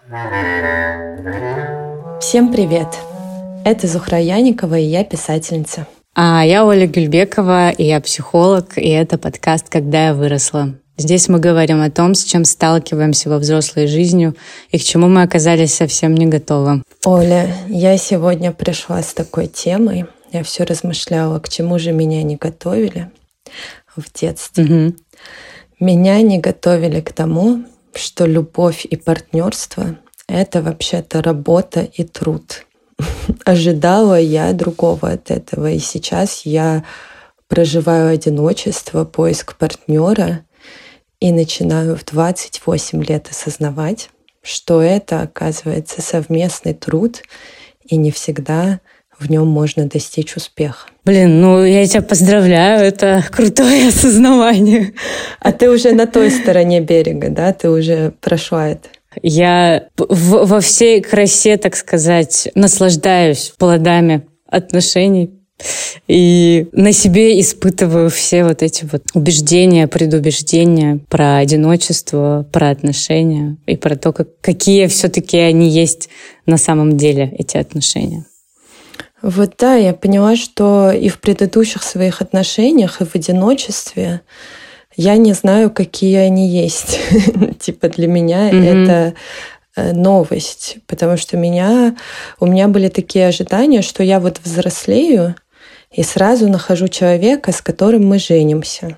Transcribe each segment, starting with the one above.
Всем привет! Это Зухра Яникова, и я писательница. А я Оля Гюльбекова, и я психолог, и это подкаст «Когда я выросла». Здесь мы говорим о том, с чем сталкиваемся во взрослой жизни и к чему мы оказались совсем не готовы. Оля, я сегодня пришла с такой темой. Я все размышляла, к чему же меня не готовили в детстве. Угу. Меня не готовили к тому, что любовь и партнерство — это вообще-то работа и труд. Ожидала я другого от этого. И сейчас я проживаю одиночество, поиск партнера и начинаю в 28 лет осознавать, что это, оказывается, совместный труд, и не всегда в нем можно достичь успеха. Блин, я тебя поздравляю, это крутое осознавание. А ты уже на той стороне берега, да? Ты уже прошла это. Я во всей красе, так сказать, наслаждаюсь плодами отношений и на себе испытываю все вот эти вот убеждения, предубеждения про одиночество, про отношения и про то, какие все-таки они есть на самом деле, эти отношения. Вот да, я поняла, что и в предыдущих своих отношениях, и в одиночестве я не знаю, какие они есть. Типа для меня это новость, потому что у меня были такие ожидания, что я вот взрослею и сразу нахожу человека, с которым мы женимся.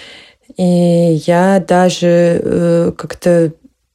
И я даже как-то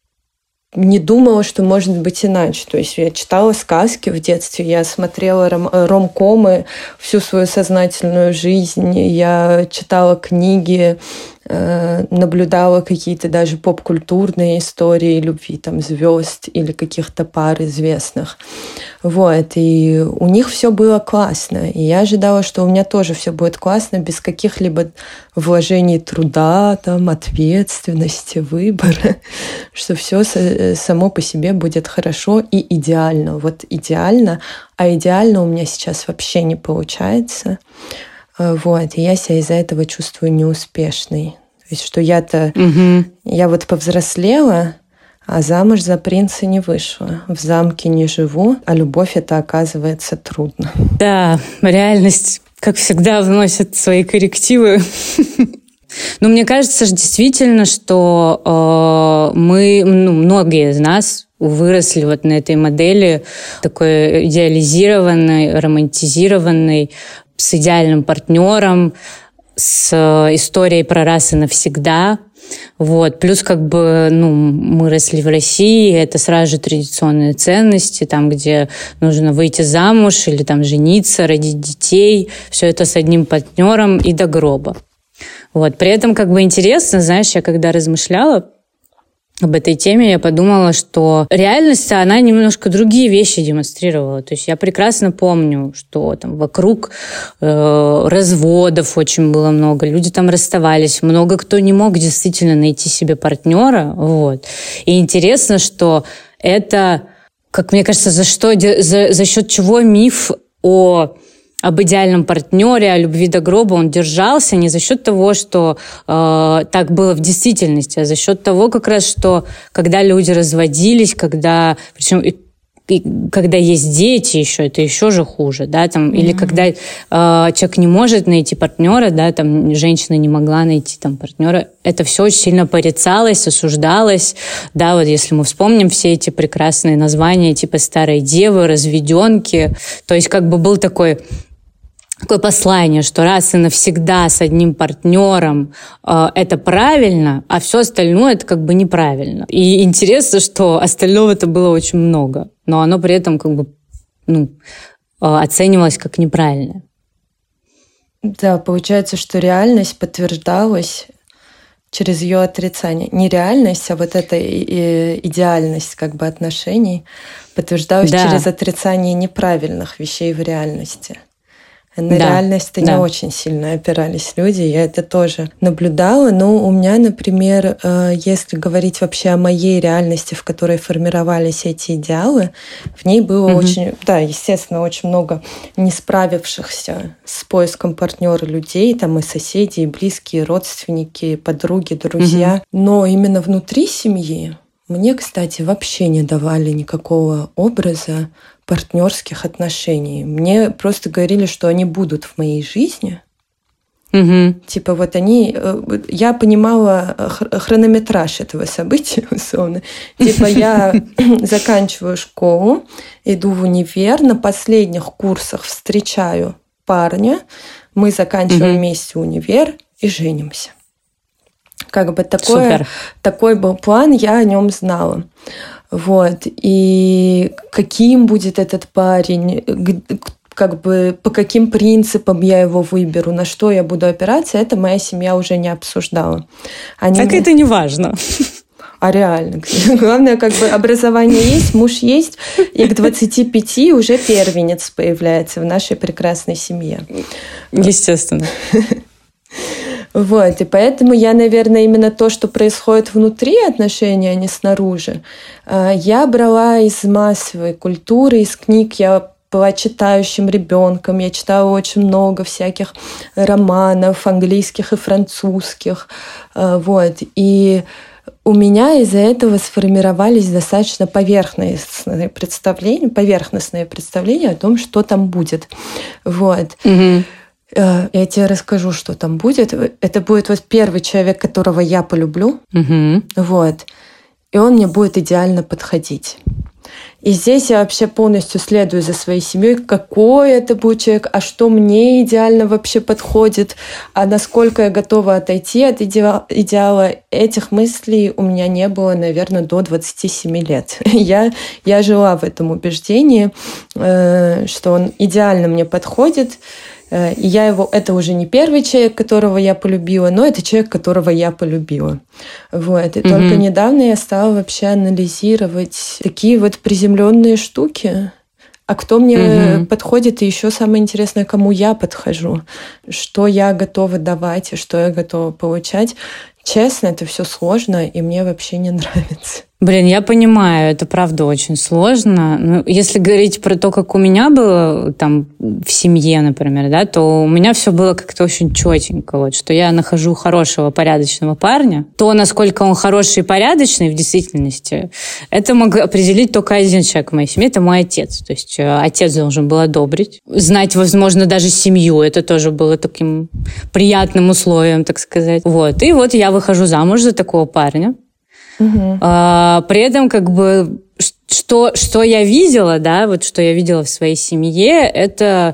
не думала, что может быть иначе. То есть я читала сказки в детстве, я смотрела ромкомы всю свою сознательную жизнь, я читала книги, наблюдала какие-то даже поп-культурные истории любви, там, звезд или каких-то пар известных. Вот. И у них все было классно. И я ожидала, что у меня тоже все будет классно, без каких-либо вложений труда, там, ответственности, выбора, что все само по себе будет хорошо и идеально. Вот идеально, а идеально у меня сейчас вообще не получается. Вот, и я себя из-за этого чувствую неуспешной. То есть, что я вот повзрослела, а замуж за принца не вышла. В замке не живу, а любовь это, оказывается, трудно. Да, реальность, как всегда, вносит свои коррективы. Но мне кажется действительно, что многие из нас выросли вот на этой модели такой идеализированной, романтизированной, с идеальным партнером, с историей про раз и навсегда. Вот. Плюс мы росли в России, это сразу же традиционные ценности, там, где нужно выйти замуж или там жениться, родить детей. Все это с одним партнером и до гроба. Вот. При этом интересно, знаешь, я когда размышляла об этой теме, я подумала, что реальность, она немножко другие вещи демонстрировала. То есть я прекрасно помню, что там вокруг разводов очень было много, люди там расставались, много кто не мог действительно найти себе партнера. Вот. И интересно, что это, как мне кажется, за счет чего миф об идеальном партнере, о любви до гроба он держался не за счет того, что так было в действительности, а за счет того, как раз, что когда люди разводились, когда есть дети еще, это еще же хуже, да, там, или когда человек не может найти партнера, да, там, женщина не могла найти там партнера, это все очень сильно порицалось, осуждалось, да, вот если мы вспомним все эти прекрасные названия, типа старой девы, разведенки, то есть был такое послание, что раз и навсегда с одним партнером это правильно, а все остальное это неправильно. И интересно, что остального-то было очень много, но оно при этом оценивалось как неправильное. Да, получается, что реальность подтверждалась через ее отрицание. Не реальность, а вот эта идеальность отношений подтверждалась через отрицание неправильных вещей в реальности. На реальность-то не очень сильно опирались люди, я это тоже наблюдала. Но у меня, например, если говорить вообще о моей реальности, в которой формировались эти идеалы, в ней было очень, естественно, очень много не справившихся с поиском партнера людей, там и соседи, и близкие, и родственники, и подруги, друзья. Но именно внутри семьи Мне, кстати, вообще не давали никакого образа партнерских отношений. Мне просто говорили, что они будут в моей жизни. Типа вот они... Я понимала хронометраж этого события, условно. Типа я заканчиваю школу, иду в универ, на последних курсах встречаю парня, мы заканчиваем вместе универ и женимся. Как бы такой был план, я о нем знала. Вот. И каким будет этот парень, как бы по каким принципам я его выберу, на что я буду опираться, это моя семья уже не обсуждала. Это не важно. А реально. Главное, как бы образование есть, муж есть, и к 25 уже первенец появляется в нашей прекрасной семье. Естественно. Вот, и поэтому я, наверное, именно то, что происходит внутри отношений, а не снаружи, я брала из массовой культуры, из книг. Я была читающим ребенком, я читала очень много всяких романов английских и французских. Вот, и у меня из-за этого сформировались достаточно поверхностные представления о том, что там будет. Вот. Я тебе расскажу, что там будет. Это будет вот первый человек, которого я полюблю. Вот. И он мне будет идеально подходить. И здесь я вообще полностью следую за своей семьей, какой это будет человек, а что мне идеально вообще подходит, а насколько я готова отойти от идеала. Этих мыслей у меня не было, наверное, до 27 лет. Я жила в этом убеждении, что он идеально мне подходит. И это уже не первый человек, которого я полюбила, но это человек, которого я полюбила. Вот. И только недавно я стала вообще анализировать такие вот приземленные штуки. А кто мне подходит, и еще самое интересное, кому я подхожу, что я готова давать и что я готова получать. Честно, это все сложно, и мне вообще не нравится. Блин, я понимаю, это правда очень сложно. Но если говорить про то, как у меня было там в семье, например, да, то у меня все было как-то очень четенько. Вот, что я нахожу хорошего, порядочного парня. То, насколько он хороший и порядочный в действительности, это мог определить только один человек в моей семье, это мой отец. То есть отец должен был одобрить. Знать, возможно, даже семью. Это тоже было таким приятным условием, так сказать. Вот. И вот я выхожу замуж за такого парня. При этом, как бы, что я видела, да, вот что я видела в своей семье, это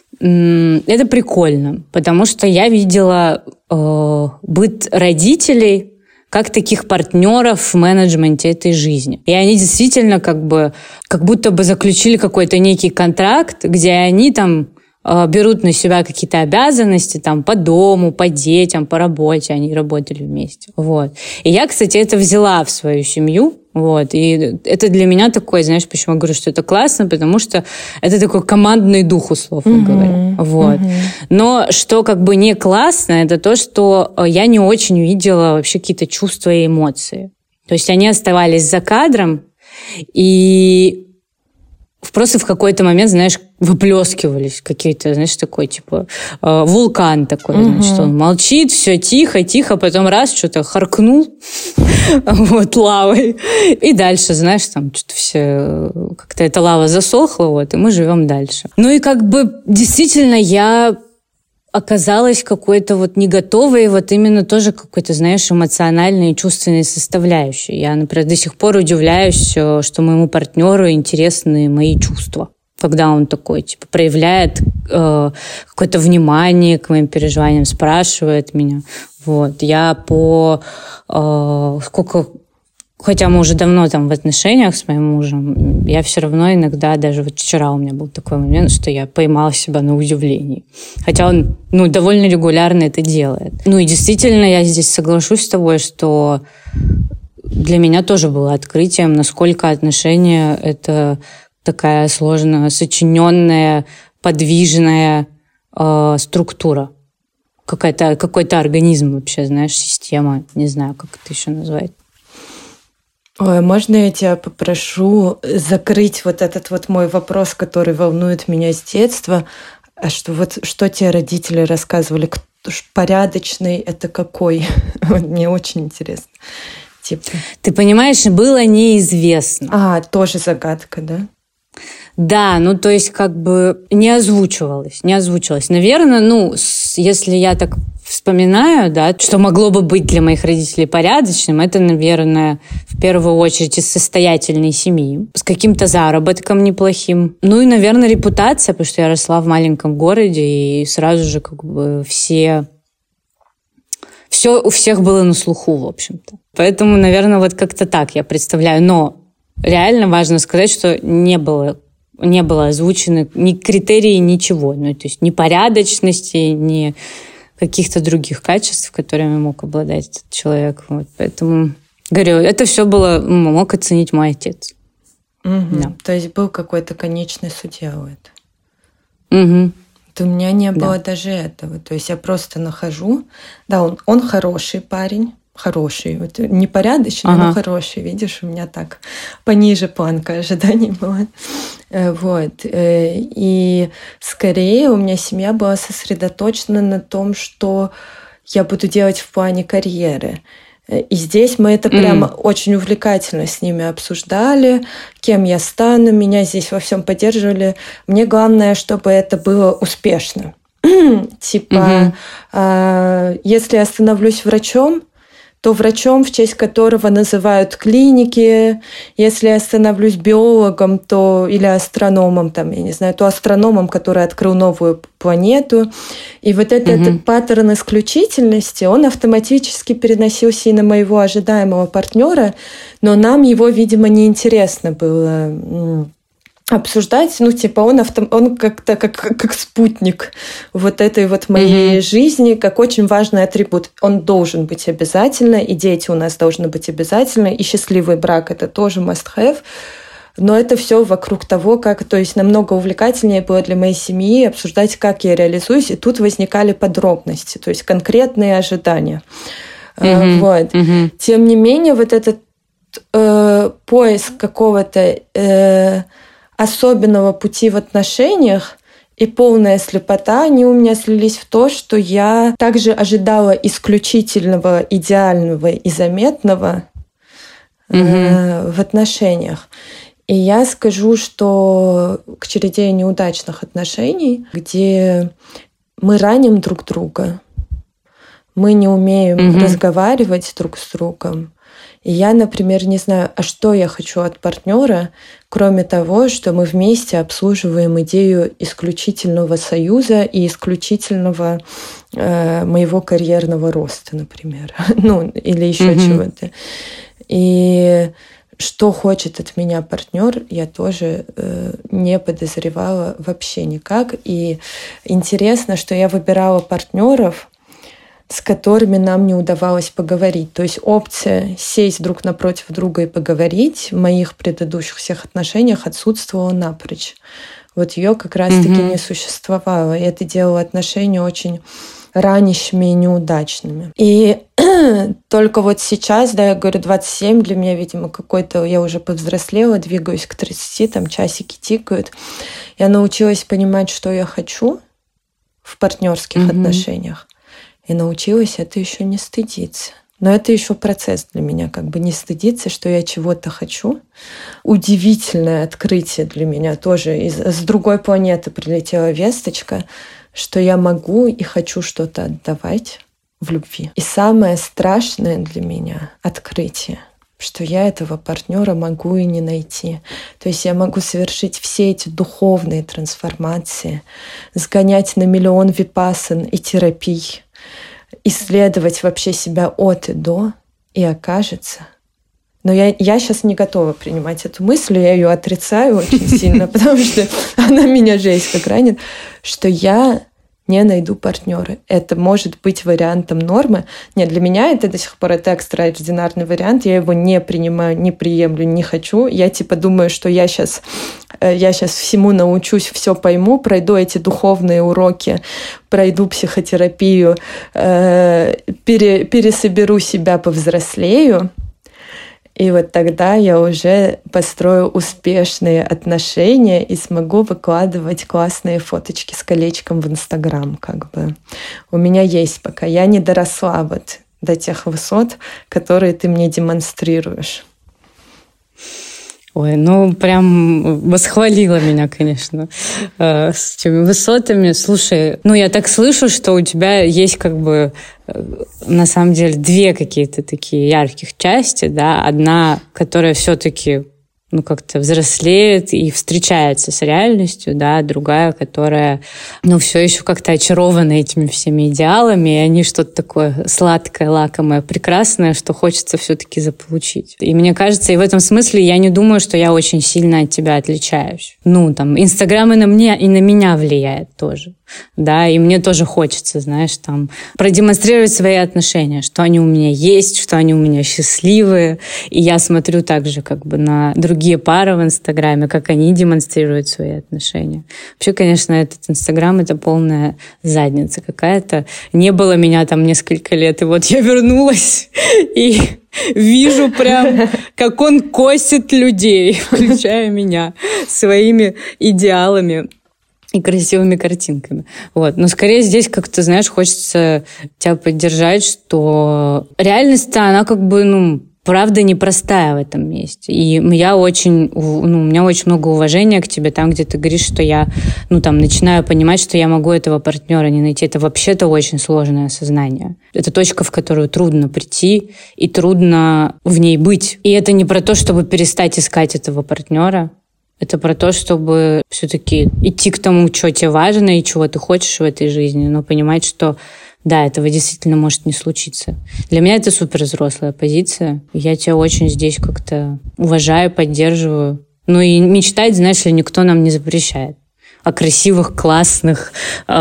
прикольно, потому что я видела быт родителей как таких партнеров в менеджменте этой жизни. И они действительно как будто бы заключили какой-то некий контракт, где они там берут на себя какие-то обязанности там по дому, по детям, по работе, они работали вместе. Вот. И я, кстати, это взяла в свою семью. Вот. И это для меня такое, знаешь, почему я говорю, что это классно, потому что это такой командный дух, условно говоря. Вот. Но что как бы не классно, это то, что я не очень видела вообще какие-то чувства и эмоции. То есть они оставались за кадром, и просто в какой-то момент, знаешь, выплескивались какие-то, знаешь, такой, типа, вулкан такой, значит, он молчит, все тихо, потом раз, что-то харкнул, вот, лавой, и дальше, знаешь, там что-то все, как-то эта лава засохла, вот, и мы живем дальше. Ну и как бы действительно я оказалась какой-то вот не готовой, вот именно тоже какой-то, знаешь, эмоциональной и чувственной составляющей. Я, например, до сих пор удивляюсь, что моему партнеру интересны мои чувства. Когда он такой, типа, проявляет какое-то внимание к моим переживаниям, спрашивает меня. Вот. Я хотя мы уже давно там в отношениях с моим мужем, я все равно иногда, даже вот вчера у меня был такой момент, что я поймала себя на удивлении. Хотя он, довольно регулярно это делает. И действительно, я здесь соглашусь с тобой, что для меня тоже было открытием, насколько отношения — это такая сложно сочиненная, подвижная структура. Какой-то организм вообще, знаешь, система, не знаю, как это еще назвать. Ой, можно я тебя попрошу закрыть вот этот вот мой вопрос, который волнует меня с детства? А что тебе родители рассказывали? Порядочный — это какой? Мне очень интересно. Типа. Ты понимаешь, было неизвестно. Тоже загадка, да? Да, то есть как бы не озвучивалось. Наверное, если я так вспоминаю, да, что могло бы быть для моих родителей порядочным, это, наверное, в первую очередь из состоятельной семьи, с каким-то заработком неплохим. И, наверное, репутация, потому что я росла в маленьком городе, и сразу же как бы все у всех было на слуху, в общем-то. Поэтому, наверное, вот как-то так я представляю. Но реально важно сказать, что не было озвучены ни критерии, ничего. То есть ни порядочности, ни каких-то других качеств, которыми мог обладать этот человек. Вот. Поэтому, говорю, это все мог оценить мой отец. Да. То есть был какой-то конечный судья у этого. Угу. У меня не было даже этого. То есть я просто нахожу... Да, он хороший парень. Хороший. Вот непорядочный, но хороший. Видишь, у меня так пониже планка ожиданий была. Вот. И скорее у меня семья была сосредоточена на том, что я буду делать в плане карьеры. И здесь мы это прямо очень увлекательно с ними обсуждали, кем я стану, меня здесь во всем поддерживали. Мне главное, чтобы это было успешно. Типа, если я становлюсь врачом, то врачом, в честь которого называют клиники. Если я становлюсь биологом, то или астрономом, там, я не знаю, то астрономом, который открыл новую планету. И вот этот паттерн исключительности, он автоматически переносился и на моего ожидаемого партнера, но нам его, видимо, неинтересно было обсуждать, он как-то как спутник вот этой вот моей жизни, как очень важный атрибут. Он должен быть обязательно, и дети у нас должны быть обязательно, и счастливый брак – это тоже must-have. Но это все вокруг того, то есть намного увлекательнее было для моей семьи обсуждать, как я реализуюсь, и тут возникали подробности, то есть конкретные ожидания. Вот. Тем не менее, вот этот поиск какого-то особенного пути в отношениях и полная слепота, они у меня слились в то, что я также ожидала исключительного, идеального и заметного в отношениях. И я скажу, что к череде неудачных отношений, где мы раним друг друга, мы не умеем разговаривать друг с другом. И я, например, не знаю, что я хочу от партнера, кроме того, что мы вместе обслуживаем идею исключительного союза и исключительного моего карьерного роста, например. Или еще чего-то. И что хочет от меня партнер, я тоже не подозревала вообще никак. И интересно, что я выбирала партнеров, с которыми нам не удавалось поговорить. То есть опция сесть друг напротив друга и поговорить в моих предыдущих всех отношениях отсутствовала напрочь. Вот ее как раз-таки не существовало. И это делало отношения очень ранящими и неудачными. И только вот сейчас, я говорю, 27 для меня, видимо, какой-то... Я уже повзрослела, двигаюсь к 30, там часики тикают. Я научилась понимать, что я хочу в партнерских отношениях. И научилась это еще не стыдиться. Но это еще процесс для меня, не стыдиться, что я чего-то хочу. Удивительное открытие для меня тоже. С другой планеты прилетела весточка, что я могу и хочу что-то отдавать в любви. И самое страшное для меня открытие, что я этого партнера могу и не найти. То есть я могу совершить все эти духовные трансформации, сгонять на миллион випасан и терапий, исследовать вообще себя от и до, и окажется. Но я сейчас не готова принимать эту мысль, я ее отрицаю очень сильно, потому что она меня жесть как ранит, что я не найду партнера. Это может быть вариантом нормы. Нет, для меня это до сих пор это экстраординарный вариант. Я его не принимаю, не приемлю, не хочу. Я думаю, что я сейчас всему научусь, все пойму, пройду эти духовные уроки, пройду психотерапию, пересоберу себя, повзрослею. И вот тогда я уже построю успешные отношения и смогу выкладывать классные фоточки с колечком в Инстаграм. У меня есть пока. Я не доросла до тех высот, которые ты мне демонстрируешь. Ой, ну прям восхвалила меня, конечно, с этими высотами. Слушай, ну я так слышу, что у тебя есть как бы на самом деле две какие-то такие ярких части, да. Одна, которая все-таки как-то взрослеет и встречается с реальностью, да, другая, которая, все еще как-то очарована этими всеми идеалами, и они что-то такое сладкое, лакомое, прекрасное, что хочется все-таки заполучить. И мне кажется, и в этом смысле я не думаю, что я очень сильно от тебя отличаюсь. Инстаграм и на меня влияет тоже. Да, и мне тоже хочется, знаешь, продемонстрировать свои отношения, что они у меня есть, что они у меня счастливые. И я смотрю также на другие пары в Инстаграме, как они демонстрируют свои отношения. Вообще, конечно, этот Инстаграм — это полная задница какая-то. Не было меня там несколько лет, и вот я вернулась и вижу прям, как он косит людей, включая меня, своими идеалами и красивыми картинками. Но скорее здесь как-то, знаешь, хочется тебя поддержать, что реальность-то, она правда непростая в этом месте. И у меня очень много уважения к тебе там, где ты говоришь, что я, начинаю понимать, что я могу этого партнера не найти. Это вообще-то очень сложное осознание. Это точка, в которую трудно прийти, и трудно в ней быть. И это не про то, чтобы перестать искать этого партнера. Это про то, чтобы все-таки идти к тому, что тебе важно и чего ты хочешь в этой жизни, но понимать, что да, этого действительно может не случиться. Для меня это супер взрослая позиция. Я тебя очень здесь как-то уважаю, поддерживаю. И мечтать, знаешь ли, никто нам не запрещает. О красивых, классных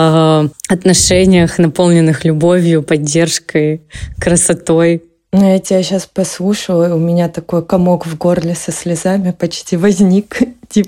отношениях, наполненных любовью, поддержкой, красотой. Я тебя сейчас послушала, и у меня такой комок в горле со слезами почти возник.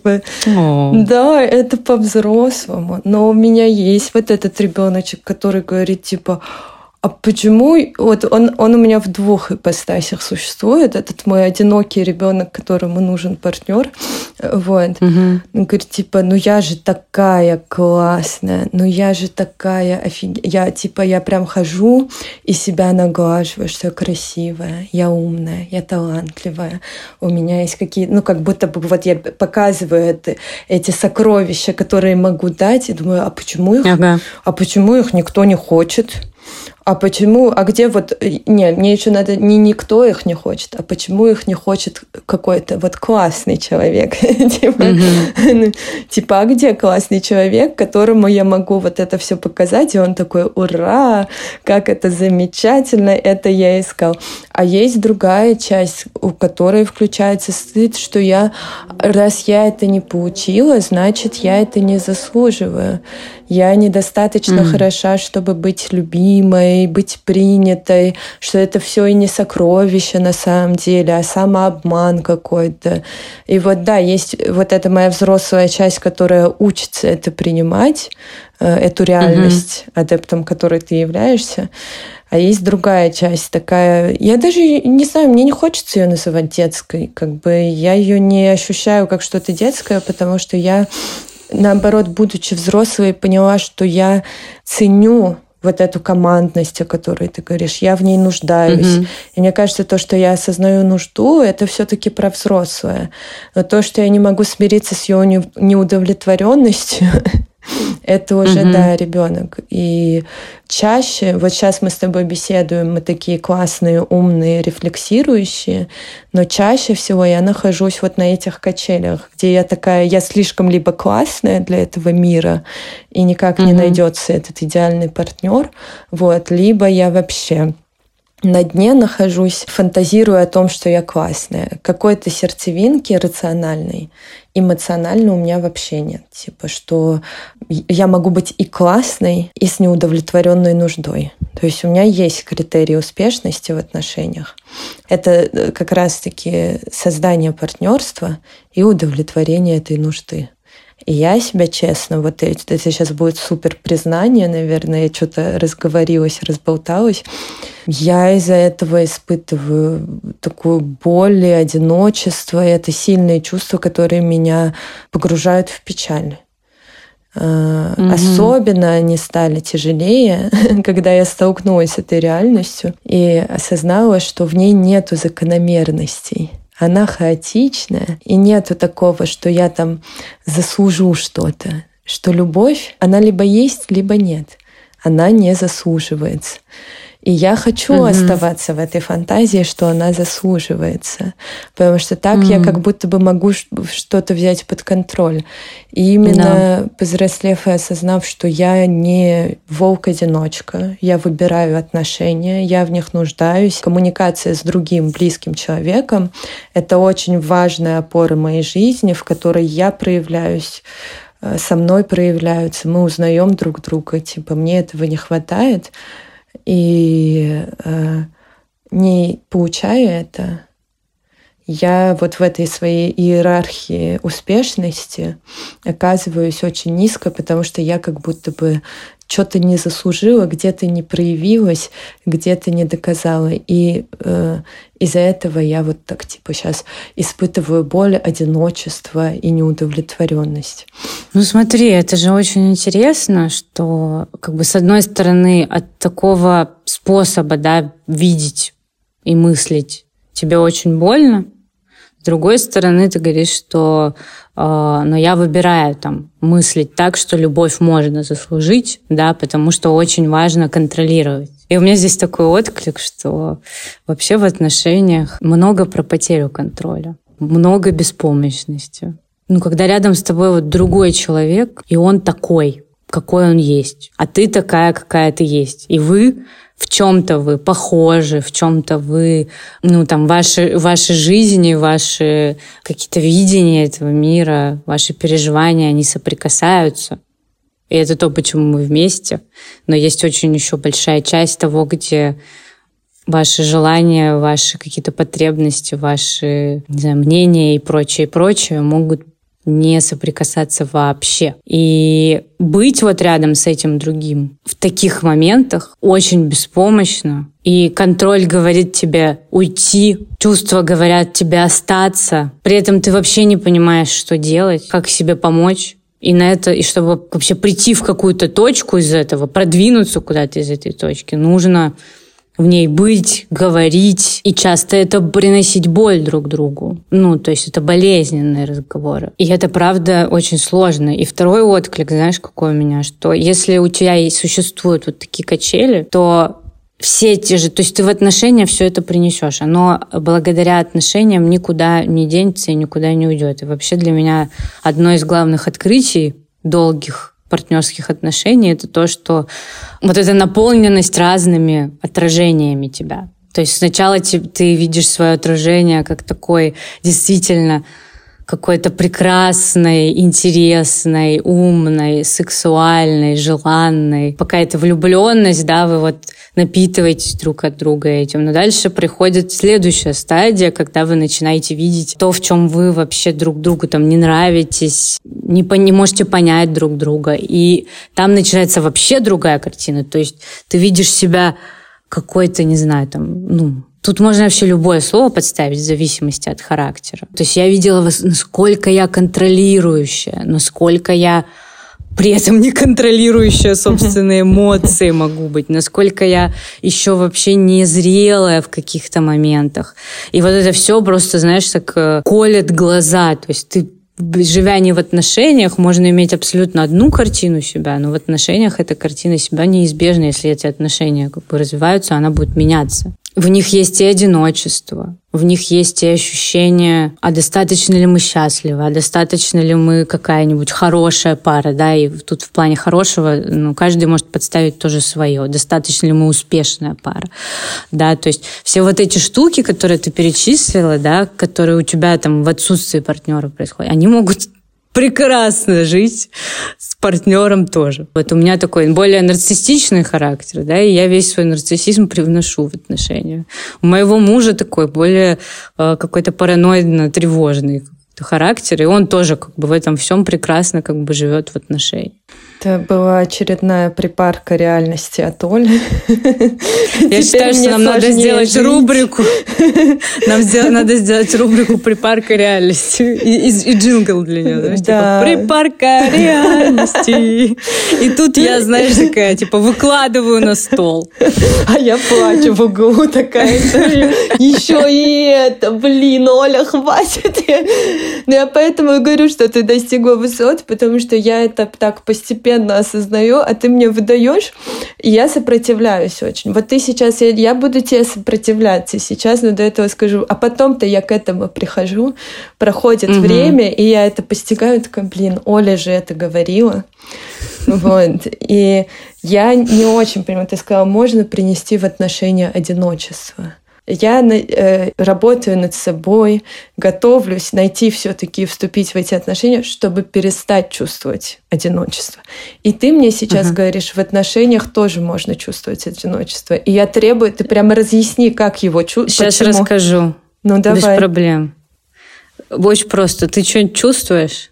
Да, это по-взрослому. Но у меня есть вот этот ребеночек, который говорит, а почему... Вот он у меня в двух ипостасях существует. Этот мой одинокий ребенок, которому нужен партнер. Вот. Он говорит, я же такая классная, я же такая офигенная. Я прям хожу и себя наглаживаю, что я красивая, я умная, я талантливая. У меня есть какие-то... как будто бы вот я показываю эти сокровища, которые могу дать, и думаю, а почему их никто не хочет? А почему? А где Нет, мне еще надо... никто их не хочет. А почему их не хочет какой-то классный человек? А где классный человек, которому я могу это все показать? И он такой, ура! Как это замечательно! Это я искал. А есть другая часть, у которой включается стыд, что раз я это не получила, значит, я это не заслуживаю. Я недостаточно хороша, чтобы быть любимой, быть принятой, что это все и не сокровище на самом деле, а самообман какой-то. И есть эта моя взрослая часть, которая учится это принимать, эту реальность, адептом которой ты являешься. А есть другая часть такая, я даже не знаю, мне не хочется ее называть детской, я ее не ощущаю как что-то детское, потому что я, наоборот, будучи взрослой, поняла, что я ценю эту командность, о которой ты говоришь, я в ней нуждаюсь. И мне кажется, то, что я осознаю нужду, это все-таки про взрослое. Но то, что я не могу смириться с ее неудовлетворенностью, это уже, да, ребенок. И чаще, сейчас мы с тобой беседуем, мы такие классные, умные, рефлексирующие, но чаще всего я нахожусь на этих качелях, где я слишком либо классная для этого мира, и никак не найдется этот идеальный партнер, либо я вообще на дне нахожусь, фантазирую о том, что я классная. Какой-то сердцевинки рациональной, эмоционально у меня вообще нет. Что я могу быть и классной, и с неудовлетворенной нуждой. То есть у меня есть критерии успешности в отношениях. Это как раз-таки создание партнерства и удовлетворение этой нужды. И я себя честно, это сейчас будет супер признание, наверное, я что-то разговорилась, разболталась. Я из-за этого испытываю такую боль и одиночество, и это сильные чувства, которые меня погружают в печаль. Особенно они стали тяжелее, когда я столкнулась с этой реальностью и осознала, что в ней нету закономерностей. Она хаотичная, и нету такого, что я там заслужу что-то. Что любовь, она либо есть, либо нет. Она не заслуживается. И я хочу оставаться в этой фантазии, что она заслуживается. Потому что так я как будто бы могу что-то взять под контроль. И именно повзрослев и осознав, что я не волк-одиночка, я выбираю отношения, я в них нуждаюсь. Коммуникация с другим близким человеком — это очень важная опора моей жизни, в которой я проявляюсь, со мной проявляются, мы узнаем друг друга. Типа, мне этого не хватает. И не получая это, я вот в этой своей иерархии успешности оказываюсь очень низко, потому что я как будто бы что-то не заслужила, где-то не проявилась, где-то не доказала. И из-за этого я вот так типа сейчас испытываю боль, одиночество и неудовлетворенность. Ну смотри, это же очень интересно, что как бы с одной стороны от такого способа, да, видеть и мыслить тебе очень больно, с другой стороны ты говоришь, что но я выбираю там мыслить так, что любовь можно заслужить, да, потому что очень важно контролировать. И у меня здесь такой отклик, что вообще в отношениях много про потерю контроля, много беспомощности. Ну, когда рядом с тобой вот другой человек, и он такой, какой он есть, а ты такая, какая ты есть, и вы в чем-то вы похожи, в чем-то вы, ну, там, ваши жизни, ваши какие-то видения этого мира, ваши переживания, они соприкасаются. И это то, почему мы вместе. Но есть очень еще большая часть того, где ваши желания, ваши какие-то потребности, ваши, не знаю, мнения и прочее могут не соприкасаться вообще. И быть вот рядом с этим другим в таких моментах очень беспомощно. И контроль говорит тебе уйти, чувства говорят тебе остаться. При этом ты вообще не понимаешь, что делать, как себе помочь. И на это, и чтобы вообще прийти в какую-то точку из этого, продвинуться куда-то из этой точки, нужно в ней быть, говорить, и часто это приносить боль друг другу. Ну, то есть это болезненные разговоры. И это, правда, очень сложно. И второй отклик, знаешь, какой у меня, что если у тебя и существуют вот такие качели, то все те же, то есть ты в отношения все это принесешь. Оно благодаря отношениям никуда не денется и никуда не уйдет. И вообще для меня одно из главных открытий долгих партнерских отношений — это то, что вот эта наполненность разными отражениями тебя. То есть сначала ты видишь свое отражение как такой действительно какой-то прекрасной, интересной, умной, сексуальной, желанной. Какая-то влюбленность, да, вы вот напитываетесь друг от друга этим. Но дальше приходит следующая стадия, когда вы начинаете видеть то, в чем вы вообще друг другу там не нравитесь, не можете понять друг друга. И там начинается вообще другая картина. То есть ты видишь себя какой-то, не знаю, там, ну, тут можно вообще любое слово подставить в зависимости от характера. То есть я видела, насколько я контролирующая, насколько я при этом не контролирующая собственные эмоции могу быть, насколько я еще вообще незрелая в каких-то моментах. И вот это все просто, знаешь, так колет глаза. То есть ты, живя не в отношениях, можно иметь абсолютно одну картину себя, но в отношениях эта картина себя неизбежна, если эти отношения как бы развиваются, она будет меняться. В них есть и одиночество, в них есть и ощущение, а достаточно ли мы счастливы, а достаточно ли мы какая-нибудь хорошая пара, да, и тут в плане хорошего, ну, каждый может подставить тоже свое, достаточно ли мы успешная пара, да, то есть все вот эти штуки, которые ты перечислила, да, которые у тебя там в отсутствии партнера происходят, они могут прекрасно жить с партнером тоже. Вот у меня такой более нарциссичный характер, да, и я весь свой нарциссизм привношу в отношения. У моего мужа такой более какой-то параноидно-тревожный характер, и он тоже как бы в этом всем прекрасно как бы живет в отношениях. Это была очередная припарка реальности от Оли. Я считаю, что нам надо сделать рубрику. Нам надо сделать рубрику «Припарка реальности» и джингл для нее. Типа «Припарка реальности». И тут я, знаешь, такая, типа, выкладываю на стол. А я плачу в углу такая. Еще и это, блин, Оля, хватит. Но я поэтому и говорю, что ты достигла высот, потому что я это так постепенно осознаю, а ты мне выдаешь, и я сопротивляюсь очень. Вот ты сейчас, я буду тебе сопротивляться сейчас, но до этого скажу, а потом-то я к этому прихожу, проходит время, и я это постигаю, такая, блин, Оля же это говорила. Вот. И я не очень понимаю, ты сказала, можно принести в отношения одиночество. Я работаю над собой, готовлюсь найти все-таки вступить в эти отношения, чтобы перестать чувствовать одиночество. И ты мне сейчас говоришь, в отношениях тоже можно чувствовать одиночество. И я требую, ты прямо разъясни, как его чувствовать. Сейчас расскажу. Ну, давай. Без проблем. Очень просто. Ты что-нибудь чувствуешь,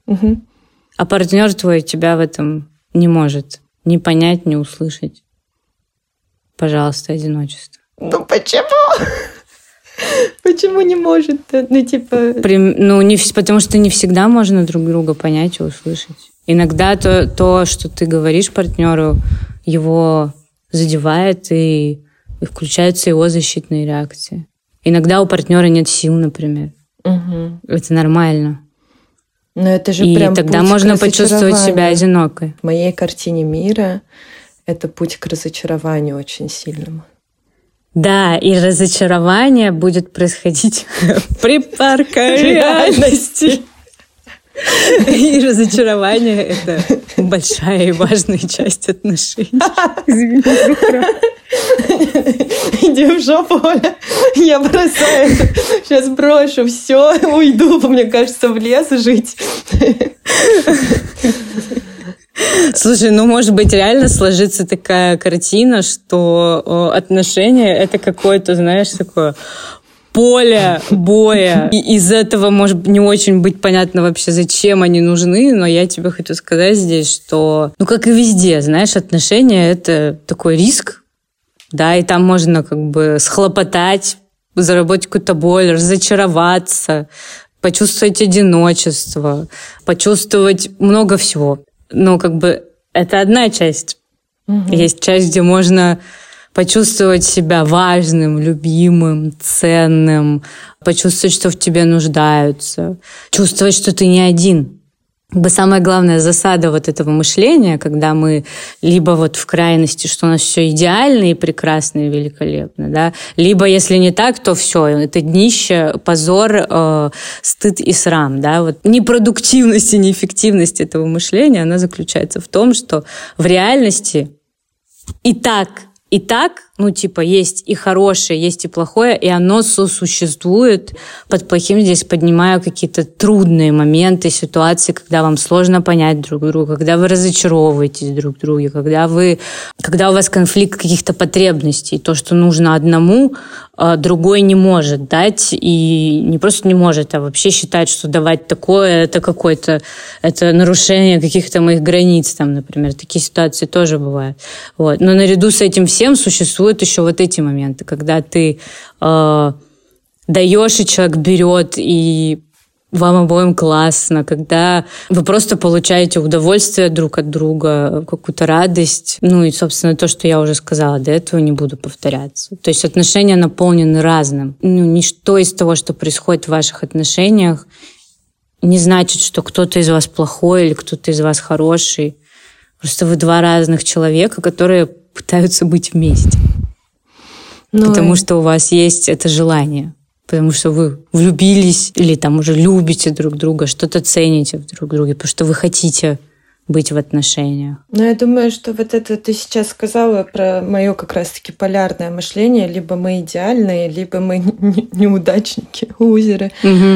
а партнер твой тебя в этом не может ни понять, ни услышать. Пожалуйста, одиночество. Ну почему? Почему не может? Ну, типа... потому что не всегда можно друг друга понять и услышать. Иногда то, что ты говоришь партнеру, его задевает, и включаются его защитные реакции. Иногда у партнера нет сил, например. Это нормально. Но это же и прям тогда путь можно почувствовать себя одинокой. В моей картине мира это путь к разочарованию очень сильному. Да, и разочарование будет происходить при парке реальности. И разочарование — это большая и важная часть отношений. Извини, иди в жопу, Оля. Я бросаю это. Сейчас брошу все, уйду, мне кажется, в лес жить. Слушай, может быть, реально сложится такая картина, что отношения — это какое-то, знаешь, такое поле боя. И из этого может не очень быть понятно вообще, зачем они нужны, но я тебе хочу сказать здесь, что, как и везде, знаешь, отношения — это такой риск, да, и там можно как бы схлопотать, заработать какую-то боль, разочароваться, почувствовать одиночество, почувствовать много всего. Но как бы это одна часть. Есть часть, где можно почувствовать себя важным, любимым, ценным, почувствовать, что в тебе нуждаются, чувствовать, что ты не один. Самая главная засада вот этого мышления, когда мы либо вот в крайности, что у нас все идеально и прекрасно и великолепно, да, либо если не так, то все, это днище, позор, стыд и срам, да, вот непродуктивность и неэффективность этого мышления, она заключается в том, что в реальности и так, есть и хорошее, есть и плохое, и оно сосуществует. Под плохим здесь поднимаю какие-то трудные моменты, ситуации, когда вам сложно понять друг друга, когда вы разочаровываетесь друг в друге, когда у вас конфликт каких-то потребностей, то, что нужно одному, другой не может дать, и не просто не может, а вообще считает, что давать такое, это нарушение каких-то моих границ, там, например. Такие ситуации тоже бывают. Вот. Но наряду с этим всем существуют еще вот эти моменты, когда ты даешь, и человек берет, и вам обоим классно, когда вы просто получаете удовольствие друг от друга, какую-то радость. И, собственно, то, что я уже сказала, до этого не буду повторяться. То есть отношения наполнены разным. Ничто из того, что происходит в ваших отношениях, не значит, что кто-то из вас плохой или кто-то из вас хороший. Просто вы два разных человека, которые пытаются быть вместе. Потому что у вас есть это желание. Потому что вы влюбились или там уже любите друг друга, что-то цените в друг друге, потому что вы хотите быть в отношениях. Я думаю, что вот это ты сейчас сказала про мое как раз-таки полярное мышление. Либо мы идеальные, либо мы неудачники, лузеры.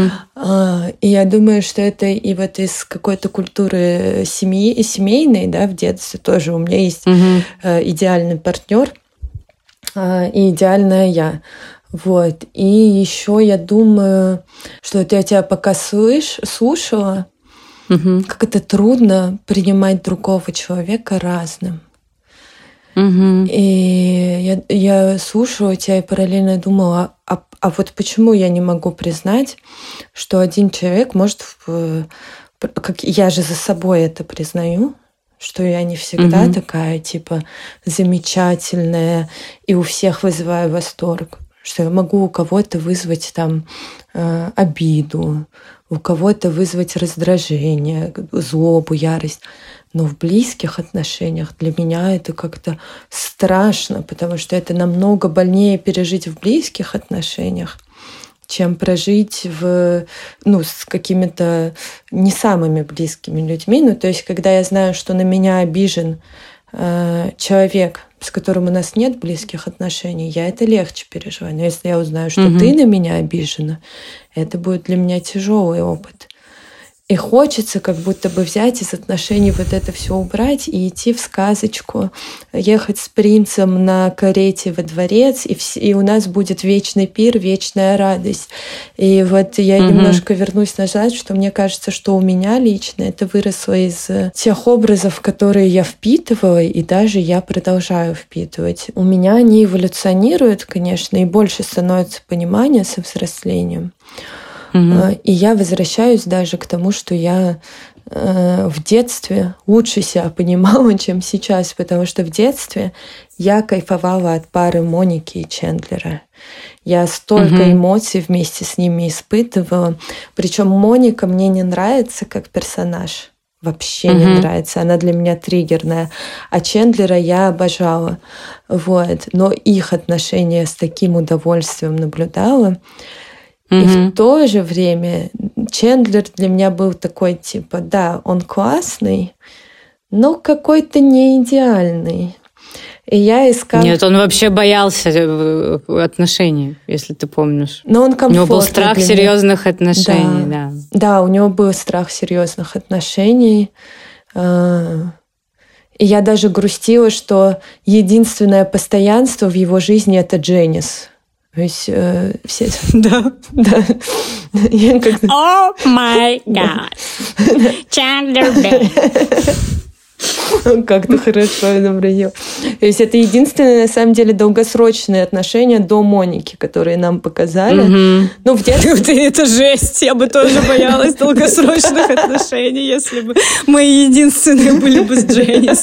И я думаю, что это и вот из какой-то культуры семьи и семейной, да, в детстве тоже. У меня есть идеальный партнер и идеальная я. Вот. И еще я думаю, что вот я тебя пока слушала, как это трудно принимать другого человека разным. И я слушала тебя и параллельно думала, а вот почему я не могу признать, что один человек может... Как я же за собой это признаю, что я не всегда такая, типа, замечательная и у всех вызываю восторг. Что я могу у кого-то вызвать там обиду, у кого-то вызвать раздражение, злобу, ярость. Но в близких отношениях для меня это как-то страшно, потому что это намного больнее пережить в близких отношениях, чем прожить с какими-то не самыми близкими людьми. Ну, то есть, когда я знаю, что на меня обижен человек, с которым у нас нет близких отношений, я это легче переживаю. Но если я узнаю, что ты на меня обижена, это будет для меня тяжелый опыт. И хочется как будто бы взять из отношений вот это все убрать и идти в сказочку, ехать с принцем на карете во дворец, и у нас будет вечный пир, вечная радость. И вот я немножко вернусь назад, что мне кажется, что у меня лично это выросло из тех образов, которые я впитывала, и даже я продолжаю впитывать. У меня они эволюционируют, конечно, и больше становится понимания со взрослением. И я возвращаюсь даже к тому, что я в детстве лучше себя понимала, чем сейчас, потому что в детстве я кайфовала от пары Моники и Чендлера. Я столько эмоций вместе с ними испытывала. Причем Моника мне не нравится как персонаж. Вообще не нравится. Она для меня триггерная. А Чендлера я обожала. Вот. Но их отношения с таким удовольствием наблюдала. И в то же время Чендлер для меня был такой, типа, да, он классный, но какой-то не идеальный. И я искала... Нет, он вообще боялся отношений, если ты помнишь. Но он комфортный. У него был страх серьезных отношений, да. Да, у него был страх серьезных отношений. И я даже грустила, что единственное постоянство в его жизни — это Дженнис. То есть все... Да. Да. О май гад! Чендлер Бэй. Как ты хорошо изобразил. То есть это единственные, на самом деле, долгосрочные отношения до Моники, которые нам показали. Ну, в детстве... Это жесть. Я бы тоже боялась долгосрочных отношений, если бы мои единственные были бы с Дженнис.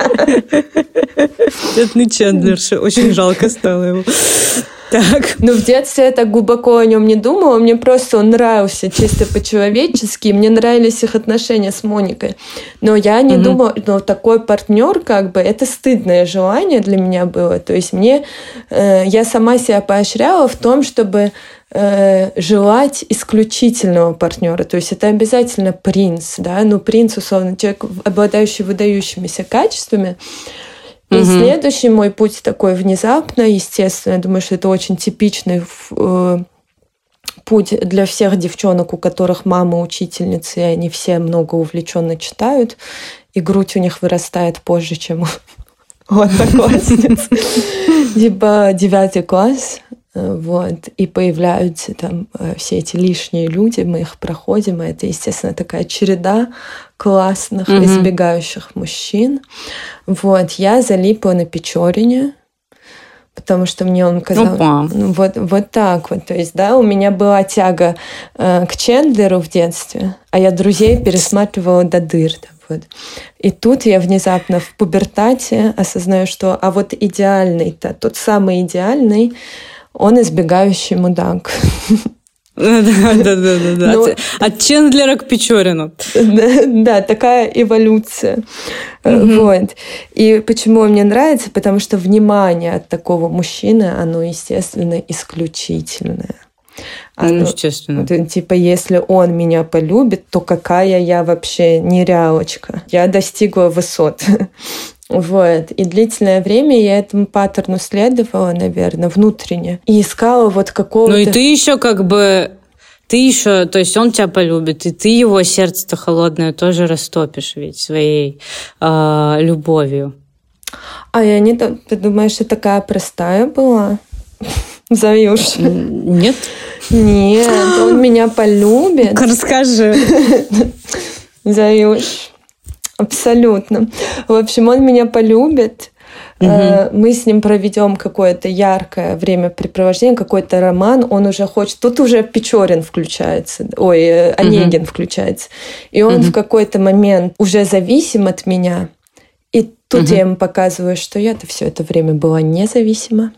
Бедный Чендлер. Очень жалко стало его. Так. Ну, в детстве я так глубоко о нем не думала. Мне просто он нравился чисто по-человечески. Мне нравились их отношения с Моникой. Но я не думала, но такой партнер, как бы, это стыдное желание для меня было. То есть я сама себя поощряла в том, чтобы желать исключительного партнера. То есть это обязательно принц, да? Ну, принц, условно, человек, обладающий выдающимися качествами. И следующий мой путь такой внезапно, естественно, я думаю, что это очень типичный путь для всех девчонок, у которых мамы учительницы, и они все много увлеченно читают, и грудь у них вырастает позже, чем у одноклассниц. Типа 9 класс, вот, и появляются там все эти лишние люди, мы их проходим, и это, естественно, такая череда классных, избегающих мужчин. Вот, я залипла на Печорине, потому что мне он казался... Вот так вот. То есть, да, у меня была тяга к Чендлеру в детстве, а я друзей пересматривала до дыр. Вот. И тут я внезапно в пубертате осознаю, что а вот идеальный-то, тот самый идеальный, он избегающий мудак. Да. От Чендлера к Печорину. Да, такая эволюция. Вот. И почему он мне нравится? Потому что внимание от такого мужчины, оно, естественно, исключительное. Естественно. Типа, если он меня полюбит, то какая я вообще нереалочка. Я достигла высот. Вот. И длительное время я этому паттерну следовала, наверное, внутренне. И искала вот какого-то... Ну и ты еще то есть он тебя полюбит, и ты его сердце-то холодное тоже растопишь ведь своей любовью. А я не... Ты думаешь, что такая простая была? Заюш? Нет. Нет, он меня полюбит. Расскажи. Заюш. Абсолютно. В общем, он меня полюбит. Мы с ним проведем какое-то яркое времяпрепровождение, какой-то роман. Он уже хочет... Тут уже Печорин включается. Онегин включается. И он в какой-то момент уже зависим от меня. И тут я ему показываю, что я-то все это время была независима.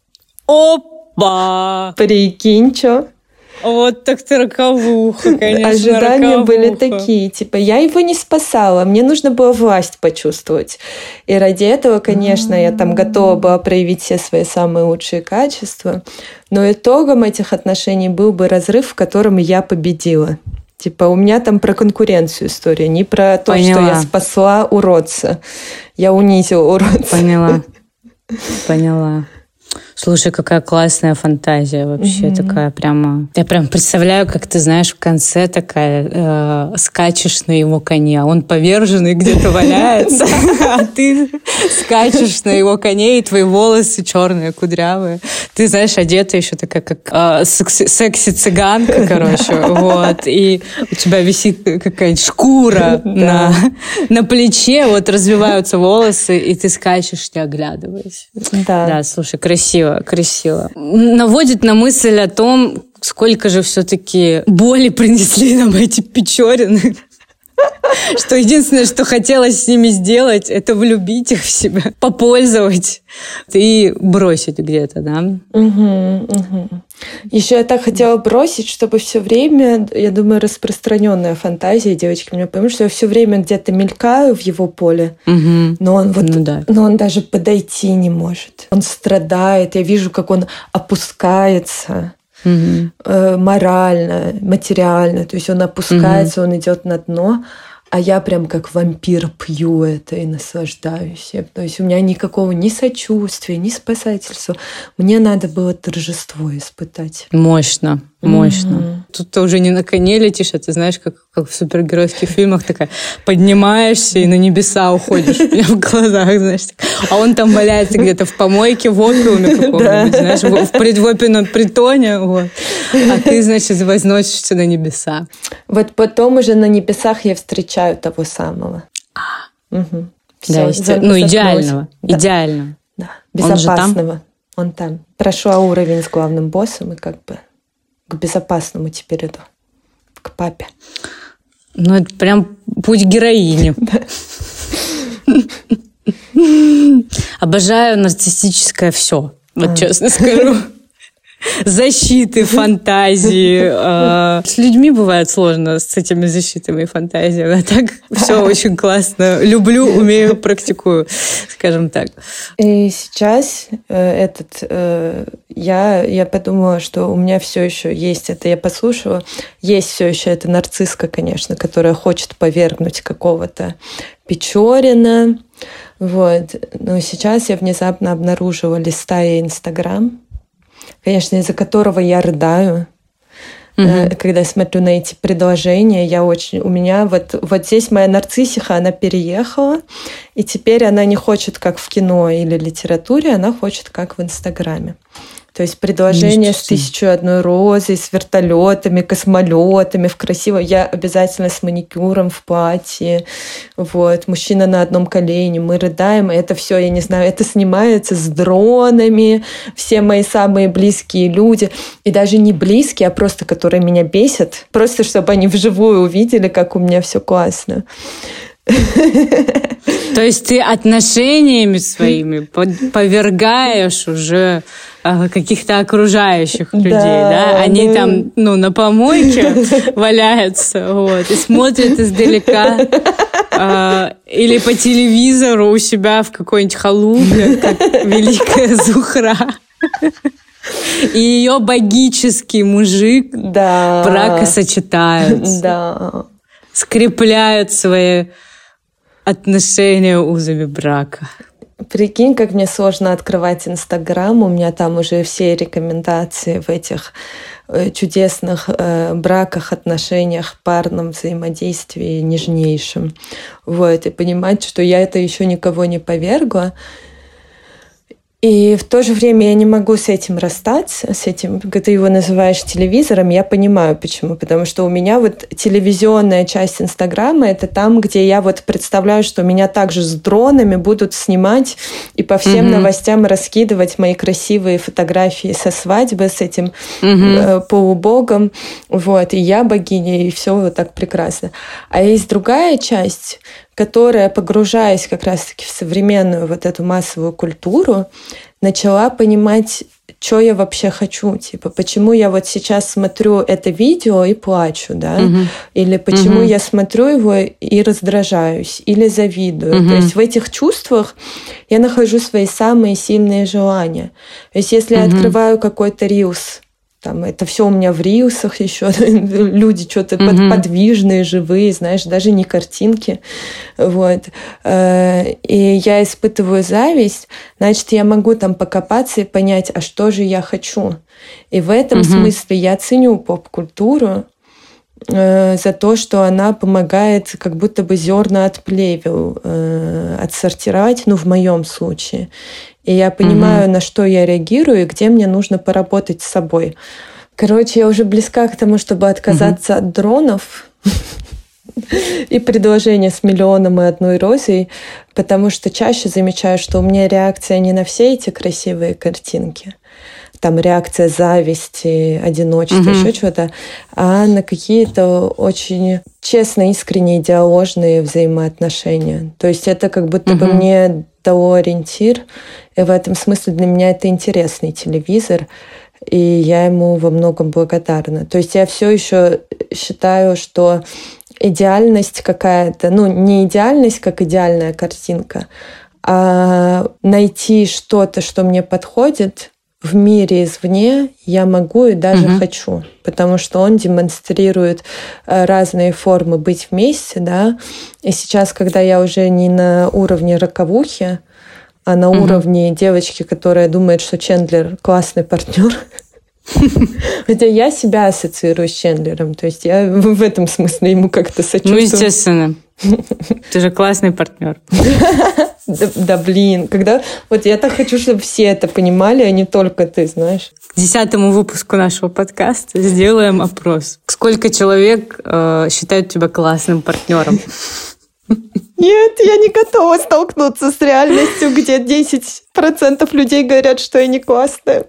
Опа! Прикинь, что? Вот так ты роковуха, конечно. Ожидания были такие, типа, я его не спасала, мне нужно было власть почувствовать. И ради этого, конечно, я там готова была проявить все свои самые лучшие качества. Но итогом этих отношений был бы разрыв, в котором я победила. Типа, у меня там про конкуренцию история, не про то, что я спасла уродца. Я унизила уродца. Поняла. Слушай, какая классная фантазия вообще, такая прямо... Я прям представляю, как ты, знаешь, в конце такая скачешь на его коне, а он поверженный где-то валяется, а ты скачешь на его коне, и твои волосы черные, кудрявые. Ты, знаешь, одета еще такая, как секси-цыганка, короче, вот, и у тебя висит какая-нибудь шкура на плече, вот развиваются волосы, и ты скачешь, не оглядываясь. Да, слушай, красиво. Наводит на мысль о том, сколько же все-таки боли принесли нам эти Печорины. Что единственное, что хотелось с ними сделать, это влюбить их в себя, попользовать и бросить где-то, да? Еще я так хотела бросить, чтобы все время, я думаю, распространенная фантазия, девочки меня поймут, что я все время где-то мелькаю в его поле, но он даже подойти не может. Он страдает, я вижу, как он опускается. Морально, материально. То есть он опускается, он идет на дно, а я прям как вампир пью это и наслаждаюсь. То есть у меня никакого ни сочувствия, ни спасательства. Мне надо было торжество испытать. Мощно. Тут ты уже не на коне летишь, а ты знаешь, как в супергеройских фильмах такая поднимаешься и на небеса уходишь. У меня в глазах, знаешь. А он там валяется где-то в помойке, в опиуме каком-нибудь, знаешь, в предвопином притоне. Вот. А ты, значит, возносишься на небеса. Вот потом уже на небесах я встречаю того самого. Всё, идеального. Да. Идеального. Да. Безопасного. Он там. Прошла уровень с главным боссом и как бы к безопасному теперь иду. К папе. Ну, это прям путь героини. Обожаю нарциссическое все. Вот честно скажу. Защиты, фантазии. С людьми бывает сложно с этими защитами и фантазиями. А так все очень классно. Люблю, умею, практикую, скажем так. И сейчас я подумала, что у меня все еще есть это. Я послушала. Есть все еще эта нарцисска, конечно, которая хочет повергнуть какого-то Печорина. Вот. Но сейчас я внезапно обнаружила, листая Инстаграм, конечно, из-за которого я рыдаю, когда смотрю на эти предложения. У меня вот здесь моя нарциссиха, она переехала, и теперь она не хочет как в кино или литературе, она хочет как в Инстаграме. То есть предложения с 1001 розой, с вертолетами, космолетами, в красивом. Я обязательно с маникюром в платье. Вот. Мужчина на одном колене. Мы рыдаем. Это все, я не знаю, это снимается с дронами. Все мои самые близкие люди. И даже не близкие, а просто которые меня бесят. Просто чтобы они вживую увидели, как у меня все классно. То есть ты отношениями своими повергаешь уже каких-то окружающих людей, да? Они там, на помойке валяются, вот, и смотрят издалека. Или по телевизору у себя в какой-нибудь халупе, как великая Зухра. И ее богический мужик бракосочетаются. Скрепляют свои отношения узами брака. Прикинь, как мне сложно открывать Инстаграм. У меня там уже все рекомендации в этих чудесных браках, отношениях, парном взаимодействии нежнейшем. Вот. И понимать, что я это еще никого не повергла. И в то же время я не могу с этим расстаться, с этим, когда ты его называешь телевизором, я понимаю почему. Потому что у меня вот телевизионная часть Инстаграма — это там, где я вот представляю, что меня также с дронами будут снимать и по всем новостям раскидывать мои красивые фотографии со свадьбы с этим полубогом. Вот, и я богиня, и все вот так прекрасно. А есть другая часть, которая, погружаясь как раз-таки в современную вот эту массовую культуру, начала понимать, что я вообще хочу. Типа, почему я вот сейчас смотрю это видео и плачу, да? Или почему я смотрю его и раздражаюсь, или завидую. То есть в этих чувствах я нахожу свои самые сильные желания. То есть если я открываю какой-то рилс, там, это все у меня в рилсах еще. Люди что-то подвижные, живые, знаешь, даже не картинки. Вот. И я испытываю зависть, значит, я могу там покопаться и понять, а что же я хочу. И в этом смысле я ценю поп-культуру за то, что она помогает как будто бы зерна от плевел отсортировать, ну, в моем случае. И я понимаю, на что я реагирую и где мне нужно поработать с собой. Короче, я уже близка к тому, чтобы отказаться от дронов и предложения с миллионом и одной розой, потому что чаще замечаю, что у меня реакция не на все эти красивые картинки, там реакция зависти, одиночества, еще чего-то, а на какие-то очень честные, искренние, диаложные взаимоотношения. То есть это как будто бы мне дало ориентир, и в этом смысле для меня это интересный телевизор, и я ему во многом благодарна. То есть я все еще считаю, что идеальность какая-то, ну, не идеальность как идеальная картинка, а найти что-то, что мне подходит в мире извне, я могу и даже хочу, потому что он демонстрирует разные формы быть вместе, да. И сейчас, когда я уже не на уровне роковухи, а на уровне девочки, которая думает, что Чендлер классный партнер, хотя я себя ассоциирую с Чендлером, то есть я в этом смысле ему как-то сочувствую. Ну, естественно. Ты же классный партнер. Да блин, когда... Вот я так хочу, чтобы все это понимали, а не только ты, знаешь. К 10-му выпуску нашего подкаста сделаем опрос. Сколько человек считают тебя классным партнером? Нет, я не готова столкнуться с реальностью, где 10% людей говорят, что я не классная.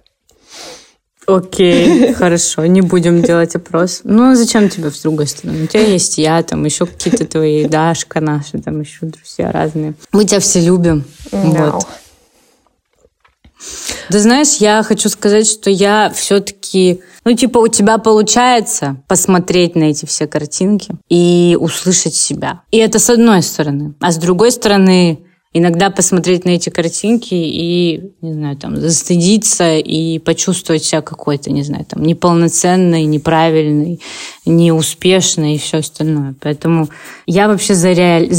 Окей, хорошо, не будем делать опрос. Ну, а зачем тебе с другой стороны? У тебя есть я, там еще какие-то твои, Дашка наши, там еще друзья разные. Мы тебя все любим. No. Вот. Да знаешь, я хочу сказать, что я все-таки... Ну, типа, у тебя получается посмотреть на эти все картинки и услышать себя. И это с одной стороны. А с другой стороны... Иногда посмотреть на эти картинки и, не знаю, там, застыдиться и почувствовать себя какой-то, не знаю, там, неполноценной, неправильной, неуспешной и все остальное. Поэтому я вообще за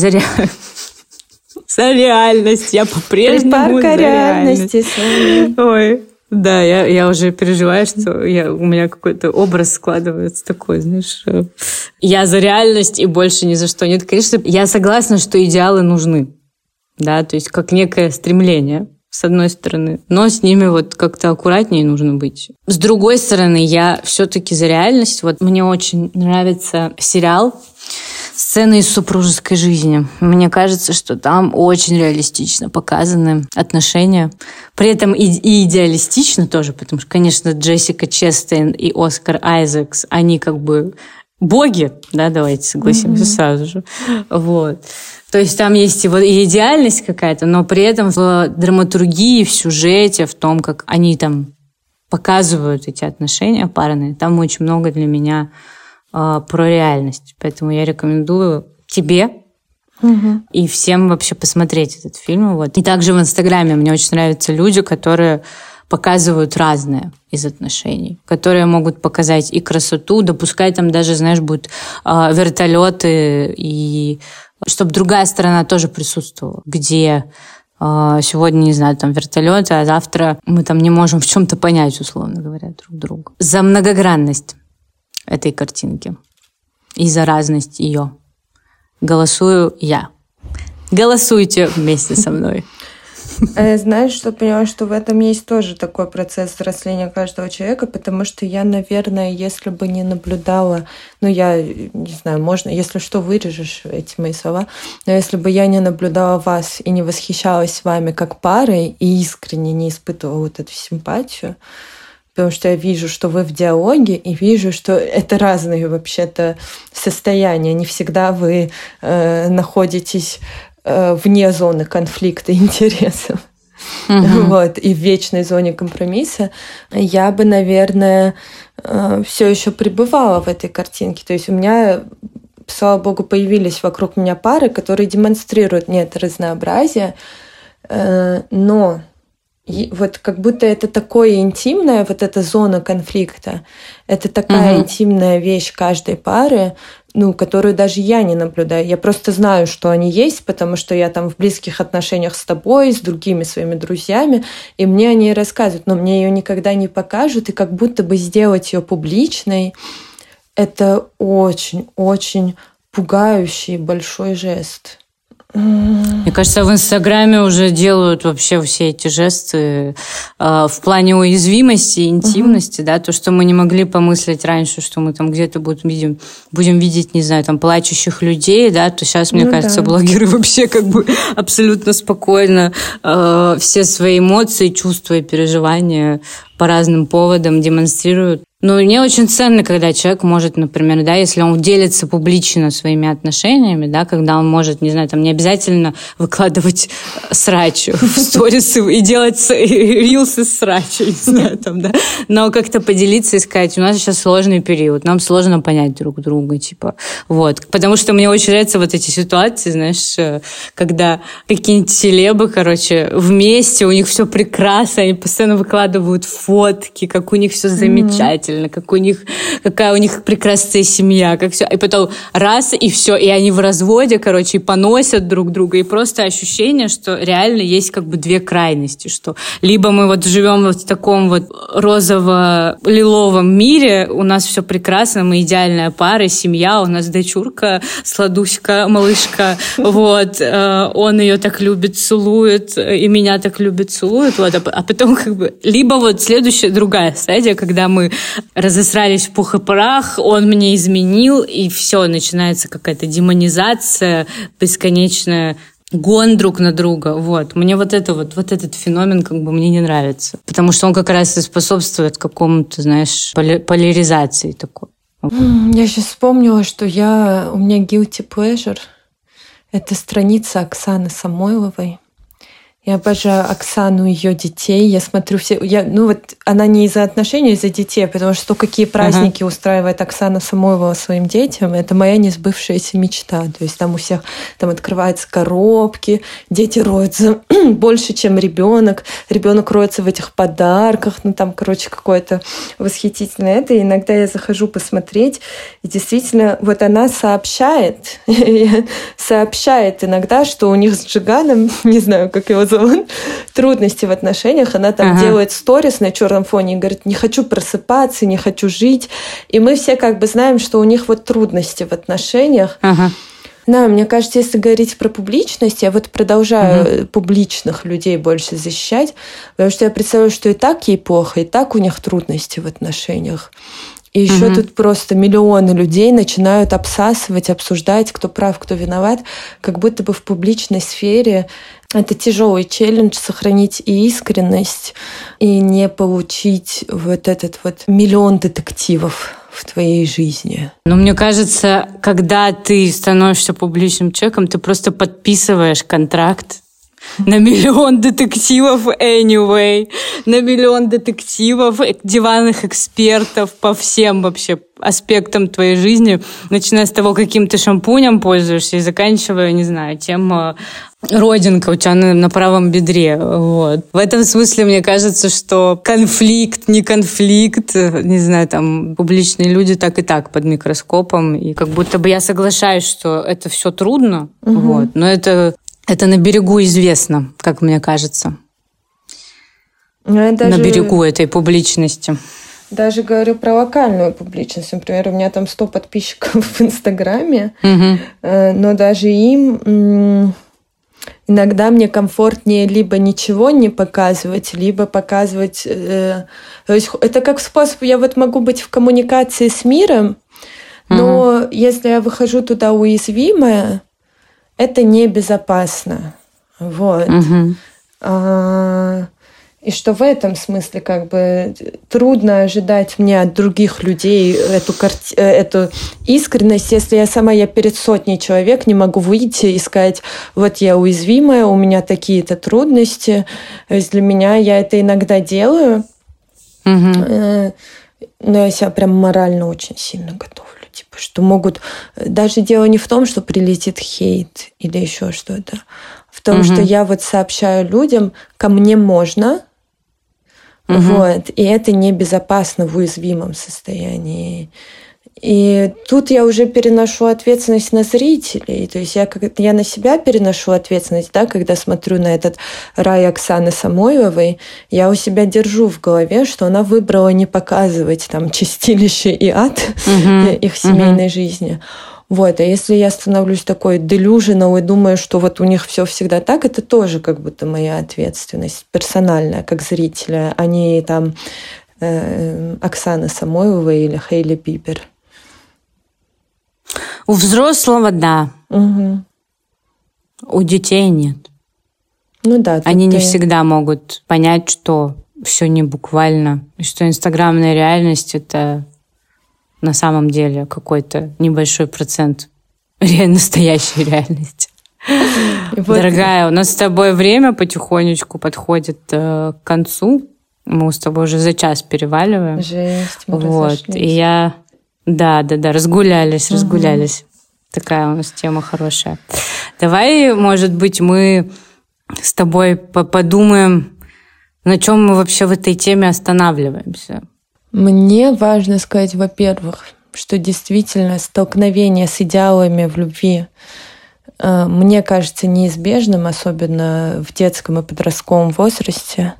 реальность. Я по-прежнему за реальность. Ой. Да, я уже переживаю, что у меня какой-то образ складывается такой, знаешь. Я за реальность и больше ни за что. Нет, конечно, я согласна, что идеалы нужны. Да, то есть как некое стремление, с одной стороны, но с ними вот как-то аккуратнее нужно быть. С другой стороны, я все-таки за реальность. Вот мне очень нравится сериал «Сцены из супружеской жизни». Мне кажется, что там очень реалистично показаны отношения. При этом и идеалистично тоже, потому что, конечно, Джессика Честейн и Оскар Айзекс, они как бы боги, да, давайте согласимся сразу же. Вот. То есть там есть и идеальность какая-то, но при этом в драматургии, в сюжете, в том, как они там показывают эти отношения парные, там очень много для меня про реальность. Поэтому я рекомендую тебе и всем вообще посмотреть этот фильм. Вот. И также в Инстаграме мне очень нравятся люди, которые показывают разное из отношений, которые могут показать и красоту, допускай там даже, знаешь, будут вертолеты, и чтобы другая сторона тоже присутствовала, где сегодня, не знаю, там вертолеты, а завтра мы там не можем в чем-то понять, условно говоря, друг друга. За многогранность этой картинки и за разность ее голосую я. Голосуйте вместе со мной. Знаешь, что поняла, что в этом есть тоже такой процесс взросления каждого человека, потому что я, наверное, если бы не наблюдала, я не знаю, можно, если что, вырежешь эти мои слова, но если бы я не наблюдала вас и не восхищалась вами как парой и искренне не испытывала вот эту симпатию, потому что я вижу, что вы в диалоге, и вижу, что это разные вообще-то состояния. Не всегда вы находитесь вне зоны конфликта интересов. Вот, и в вечной зоне компромисса. Я бы, наверное, все еще пребывала в этой картинке. То есть у меня, слава богу, появились вокруг меня пары, которые демонстрируют мне это разнообразие, но вот как будто это такое интимное, вот эта зона конфликта, это такая интимная вещь каждой пары, которую даже я не наблюдаю. Я просто знаю, что они есть, потому что я там в близких отношениях с тобой, с другими своими друзьями, и мне о ней рассказывают, но мне ее никогда не покажут, и как будто бы сделать ее публичной, это очень-очень пугающий большой жест. Мне кажется, в Инстаграме уже делают вообще все эти жесты в плане уязвимости, интимности, да, то, что мы не могли помыслить раньше, что мы там где-то будем видеть, не знаю, там, плачущих людей, да, то сейчас, мне кажется, блогеры вообще как бы абсолютно спокойно все свои эмоции, чувства и переживания по разным поводам демонстрируют. Мне очень ценно, когда человек может, например, да, если он делится публично своими отношениями, да, когда он может, не знаю, там не обязательно выкладывать срач в сторисы и делать рилсы с срачей, не знаю, там, да, но как-то поделиться и сказать, у нас сейчас сложный период, нам сложно понять друг друга, типа, вот. Потому что мне очень нравятся вот эти ситуации, знаешь, когда какие-нибудь селебы, вместе, у них все прекрасно, они постоянно выкладывают фотки, как у них все замечательно, какая у них прекрасная семья, как все. И потом раз, и все, и они в разводе, и поносят друг друга. И просто ощущение, что реально есть как бы две крайности, что либо мы вот живем вот в таком вот розово-лиловом мире, у нас все прекрасно, мы идеальная пара, семья, у нас дочурка, сладуська, малышка, вот, он ее так любит, целует, и меня так любит, целует, вот, а потом как бы, либо вот следующая, другая стадия, когда мы разосрались в пух и прах, он мне изменил, и все, начинается какая-то демонизация, бесконечная гон друг на друга. Вот. Мне вот этот феномен как бы мне не нравится. Потому что он как раз и способствует какому-то, знаешь, поляризации такой. Я сейчас вспомнила, что у меня guilty pleasure. Это страница Оксаны Самойловой. Я обожаю Оксану и ее детей. Я смотрю все... она не из-за отношений, а из-за детей, потому что какие праздники устраивает Оксана Самойлова своим детям, это моя несбывшаяся мечта. То есть там у всех там открываются коробки, дети роются больше, чем ребенок. Ребенок роется в этих подарках. Какое-то восхитительное это. И иногда я захожу посмотреть, и действительно, вот она сообщает иногда, что у них с Джиганом, не знаю, как его зовут, трудности в отношениях. Она там делает сторис на черном фоне и говорит, не хочу просыпаться, не хочу жить. И мы все как бы знаем, что у них вот трудности в отношениях. Да, мне кажется, если говорить про публичность, я вот продолжаю публичных людей больше защищать, потому что я представляю, что и так ей плохо, и так у них трудности в отношениях. И еще тут просто миллионы людей начинают обсасывать, обсуждать, кто прав, кто виноват, как будто бы в публичной сфере это тяжелый челлендж сохранить и искренность, и не получить вот этот вот миллион детективов в твоей жизни. Мне кажется, когда ты становишься публичным человеком, ты просто подписываешь контракт на миллион детективов anyway, на миллион детективов, диванных экспертов по всем вообще аспектам твоей жизни, начиная с того, каким ты шампунем пользуешься, и заканчивая, не знаю, тем родинка у тебя на правом бедре. Вот. В этом смысле мне кажется, что конфликт, не конфликт, не знаю, там публичные люди так и так под микроскопом, и как будто бы я соглашаюсь, что это все трудно, вот, но это на берегу известно, как мне кажется. На берегу этой публичности. Даже говорю про локальную публичность. Например, у меня там 100 подписчиков в Инстаграме, но даже им Иногда мне комфортнее либо ничего не показывать, либо показывать... то есть это как способ, я вот могу быть в коммуникации с миром, но если я выхожу туда уязвимая, это небезопасно. Вот. И что в этом смысле как бы трудно ожидать мне от других людей эту искренность, если я перед сотней человек не могу выйти и сказать, вот я уязвимая, у меня такие-то трудности. То есть для меня я это иногда делаю, но я себя прям морально очень сильно готовлю. Типа, что могут... Даже дело не в том, что прилетит хейт или еще что-то, в том, что я вот сообщаю людям, ко мне можно, вот, и это небезопасно в уязвимом состоянии. И тут я уже переношу ответственность на зрителей. То есть я на себя переношу ответственность, да, когда смотрю на этот рай Оксаны Самойловой, я у себя держу в голове, что она выбрала не показывать там чистилище и ад их семейной жизни. Вот, а если я становлюсь такой delusional и думаю, что вот у них все всегда так, это тоже как будто моя ответственность персональная, как зрителя, а не там Оксана Самойлова или Хейли Бибер. У взрослого, да. У детей нет. Ну да. Они не всегда могут понять, что все не буквально, и что инстаграмная реальность — это на самом деле какой-то небольшой процент настоящей реальности. Вот. Дорогая, у нас с тобой время потихонечку подходит к концу. Мы с тобой уже за час переваливаем. Жесть, мы разошлись. И я... Да, разгулялись. Такая у нас тема хорошая. Давай, может быть, мы с тобой подумаем, на чем мы вообще в этой теме останавливаемся. Мне важно сказать, во-первых, что действительно столкновение с идеалами в любви мне кажется неизбежным, особенно в детском и подростковом возрасте.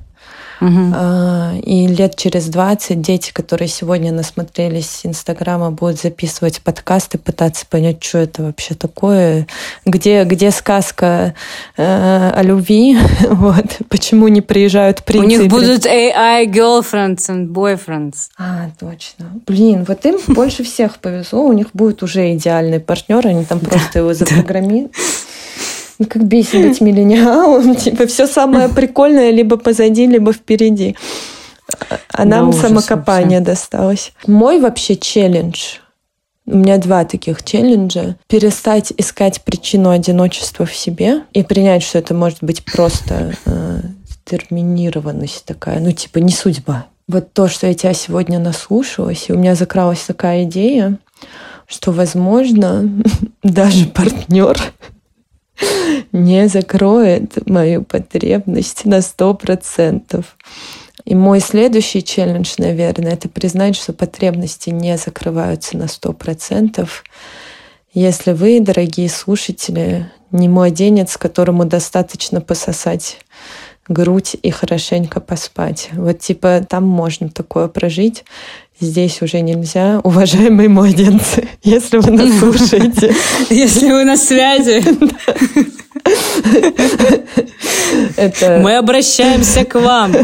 И лет через 20 дети, которые сегодня насмотрелись с Инстаграма, будут записывать подкасты, пытаться понять, что это вообще такое, где сказка о любви, вот, почему не приезжают принцы. У них будут AI girlfriends and boyfriends. Точно. Блин, вот им больше всех повезло, у них будет уже идеальный партнер, они там просто его запрограммируют. Как бесит быть миллениалом. Типа все самое прикольное либо позади, либо впереди. А нам самокопание досталось. Мой вообще челлендж, у меня 2 таких челленджа. Перестать искать причину одиночества в себе и принять, что это может быть просто детерминированность такая. Типа не судьба. Вот то, что я тебя сегодня наслушалась, и у меня закралась такая идея, что, возможно, даже партнер не закроет мою потребность на 100%. И мой следующий челлендж, наверное, это признать, что потребности не закрываются на 100%. Если вы, дорогие слушатели, не младенец, которому достаточно пососать грудь и хорошенько поспать. Вот типа там можно такое прожить, здесь уже нельзя. Уважаемые младенцы, если вы нас слушаете. Если вы на связи. Мы обращаемся к вам.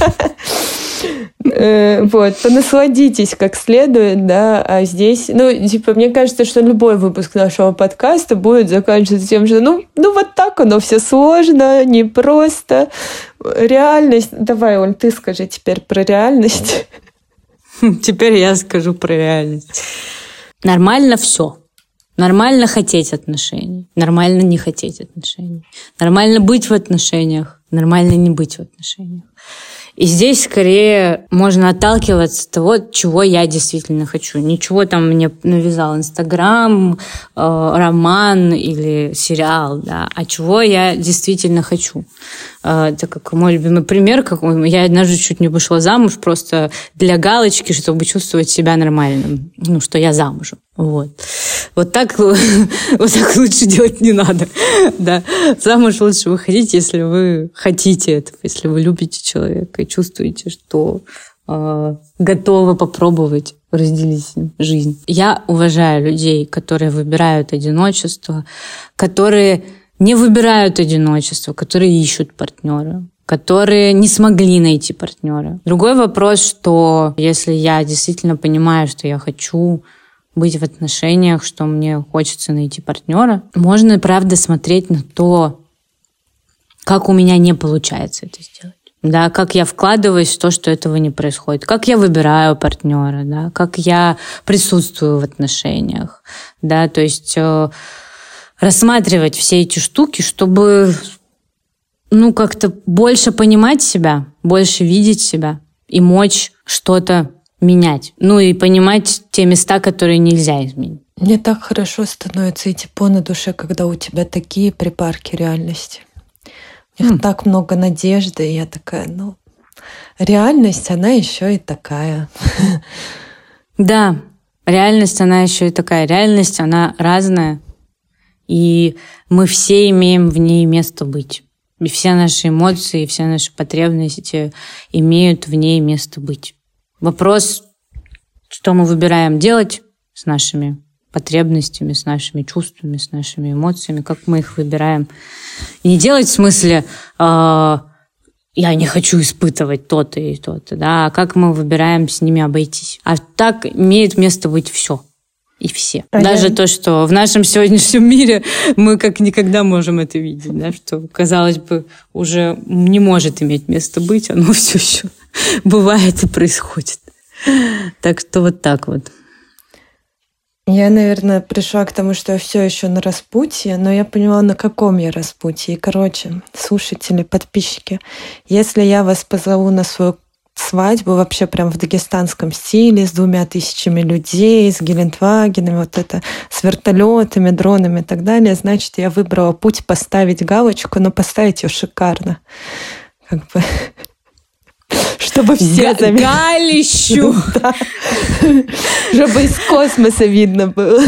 Вот, понасладитесь как следует, да, а здесь, мне кажется, что любой выпуск нашего подкаста будет заканчиваться тем, что, вот так оно все сложно, непросто. Реальность. Давай, Оль, ты скажи теперь про реальность. Теперь я скажу про реальность. Нормально все. Нормально хотеть отношений. Нормально не хотеть отношений. Нормально быть в отношениях. Нормально не быть в отношениях. И здесь скорее можно отталкиваться от того, чего я действительно хочу. Ничего там мне навязал Инстаграм, роман или сериал, да, а чего я действительно хочу. Это как мой любимый пример, я однажды чуть не вышла замуж просто для галочки, чтобы чувствовать себя нормальным, что я замужем. Вот так лучше делать не надо. Да. Замуж лучше выходить, если вы хотите этого, если вы любите человека и чувствуете, что готовы попробовать разделить с ним жизнь. Я уважаю людей, которые выбирают одиночество, которые не выбирают одиночество, которые ищут партнера, которые не смогли найти партнера. Другой вопрос, что если я действительно понимаю, что я хочу быть в отношениях, что мне хочется найти партнера, можно, правда, смотреть на то, как у меня не получается это сделать. Да, как я вкладываюсь в то, что этого не происходит, как я выбираю партнера, да, как я присутствую в отношениях, да, то есть рассматривать все эти штуки, чтобы, как-то больше понимать себя, больше видеть себя и мочь что-то менять, и понимать те места, которые нельзя изменить. Мне так хорошо становится и тепло на душе, когда у тебя такие припарки реальности. У них так много надежды, и я такая, реальность, она еще и такая. Да, реальность, она еще и такая. Реальность, она разная, и мы все имеем в ней место быть. И все наши эмоции, все наши потребности имеют в ней место быть. Вопрос, что мы выбираем делать с нашими потребностями, с нашими чувствами, с нашими эмоциями, как мы их выбираем. И не делать в смысле «я не хочу испытывать то-то и то-то», да, а как мы выбираем с ними обойтись. А так имеет место быть все и все. Даже то, что в нашем сегодняшнем мире мы как никогда можем это видеть, да, что, казалось бы, уже не может иметь место быть, оно все еще бывает и происходит. Так что вот так вот. Я, наверное, пришла к тому, что я все еще на распутье, но я поняла, на каком я распутье. И, слушатели, подписчики, если я вас позову на свою свадьбу вообще прям в дагестанском стиле, с 2000 людей, с Гелендвагенами, вот это, с вертолетами, дронами и так далее, значит, я выбрала путь поставить галочку, но поставить ее шикарно. Чтобы все заметили. Галищу! Да. Чтобы из космоса видно было.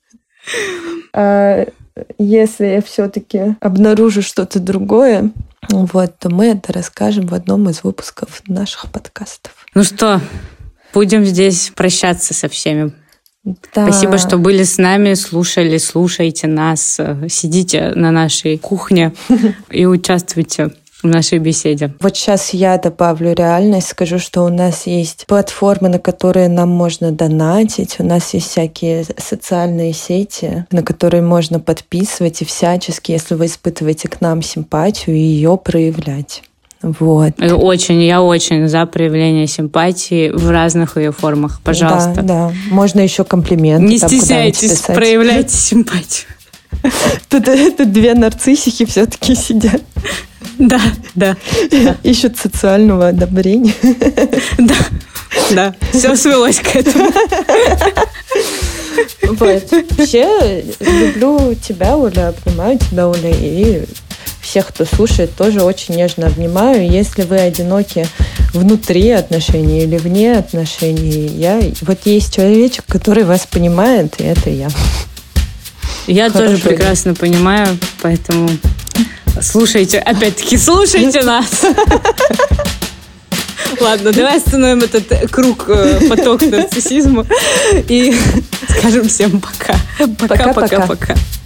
А если я все-таки обнаружу что-то другое, то мы это расскажем в одном из выпусков наших подкастов. Ну что, будем здесь прощаться со всеми. Да. Спасибо, что были с нами, слушайте нас, сидите на нашей кухне и участвуйте в нашей беседе. Вот сейчас я добавлю реальность, скажу, что у нас есть платформы, на которые нам можно донатить, у нас есть всякие социальные сети, на которые можно подписывать и всячески, если вы испытываете к нам симпатию, ее проявлять. Вот. Я очень за проявление симпатии в разных ее формах. Пожалуйста. Да. Можно еще комплименты. Не стесняйтесь, проявляйте симпатию. Тут две нарциссики все-таки сидят. Да. Ищут социального одобрения. Да. Все свелось к этому. Вообще, люблю тебя, Оля, обнимаю тебя, Оля, и всех, кто слушает, тоже очень нежно обнимаю. Если вы одиноки внутри отношений или вне отношений, есть человечек, который вас понимает, и это я. Я тоже прекрасно понимаю, поэтому слушайте нас. Ладно, давай остановим этот поток нарциссизма и скажем всем пока. Пока.